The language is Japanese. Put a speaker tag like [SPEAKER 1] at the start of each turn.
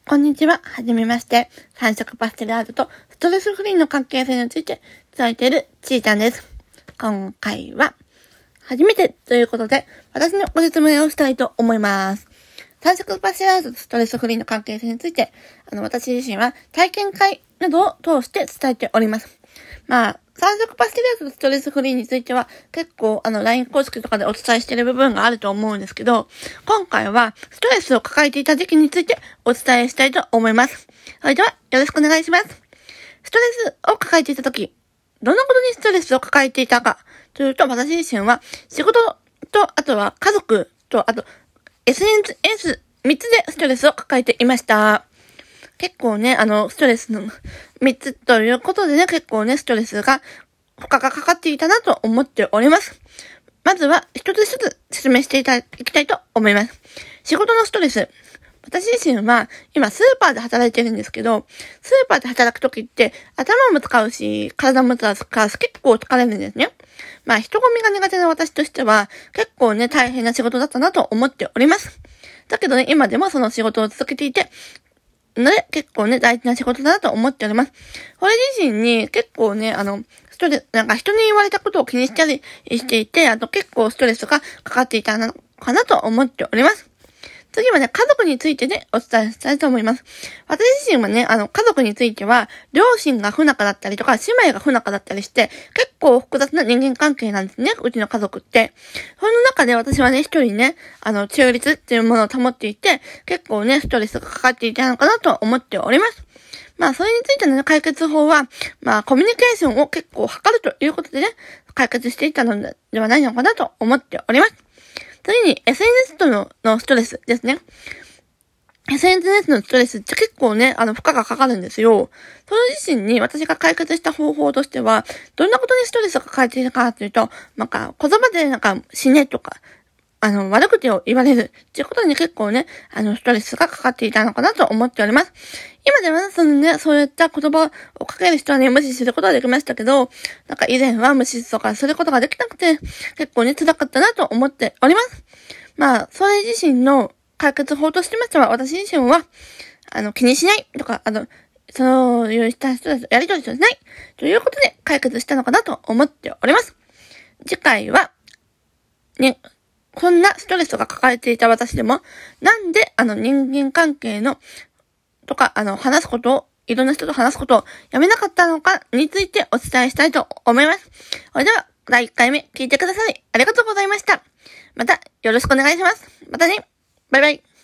[SPEAKER 1] こんにちは。はじめまして。3色パステルアートとストレスフリーの関係性について伝えているちーちゃんです。今回は初めてということで私のご説明をしたいと思います。3色パステルアートとストレスフリーの関係性について私自身は体験会などを通して伝えております。3色パステルアートとストレスフリーについては結構LINE 公式とかでお伝えしている部分があると思うんですけど、今回はストレスを抱えていた時期についてお伝えしたいと思います。それではよろしくお願いします。ストレスを抱えていた時、どんなことにストレスを抱えていたかというと、私自身は仕事とあとは家族とあと SNS3 つでストレスを抱えていました。結構ね、ストレスの3つということでね、結構ね、ストレスが負荷がかかっていたなと思っております。まずは一つ一つ説明していきたいと思います。仕事のストレス。私自身は今スーパーで働いてるんですけど、スーパーで働くときって頭も使うし、体も使うし、結構疲れるんですね。人混みが苦手な私としては結構ね、大変な仕事だったなと思っております。だけどね、今でもその仕事を続けていて、結構ね、大事な仕事だなと思っております。これ自身に結構ね、人に言われたことを気にしたりしていて、あと結構ストレスがかかっていたのかなと思っております。次はね、家族についてね、お伝えしたいと思います。私自身はね、家族については、両親が不仲だったりとか、姉妹が不仲だったりして、結構複雑な人間関係なんですね、うちの家族って。その中で私はね、一人ね、中立っていうものを保っていて、結構ね、ストレスがかかっていたのかなと思っております。それについての、ね、解決法は、コミュニケーションを結構図るということでね、解決していたのではないのかなと思っております。次に SNS とのストレスですね。SNS のストレスって結構ね、負荷がかかるんですよ。それ自身に私が解決した方法としては、どんなことにストレスが抱えているかというと、言葉で死ねとか、悪口を言われるっていうことに結構ね、ストレスがかかっていたのかなと思っております。今ではそういった言葉をかける人はね、無視することができましたけど、以前は無視とかすることができなくて、結構ね、辛かったなと思っております。それ自身の解決法としてましては、私自身は、気にしないとか、そういう人たちとやりとりしないということで解決したのかなと思っております。次回は、ね、こんなストレスが抱えていた私でも、なんで人間関係の、とか話すことを、いろんな人と話すことをやめなかったのかについてお伝えしたいと思います。それでは、第1回目聞いてくださりありがとうございました。またよろしくお願いします。またね。バイバイ。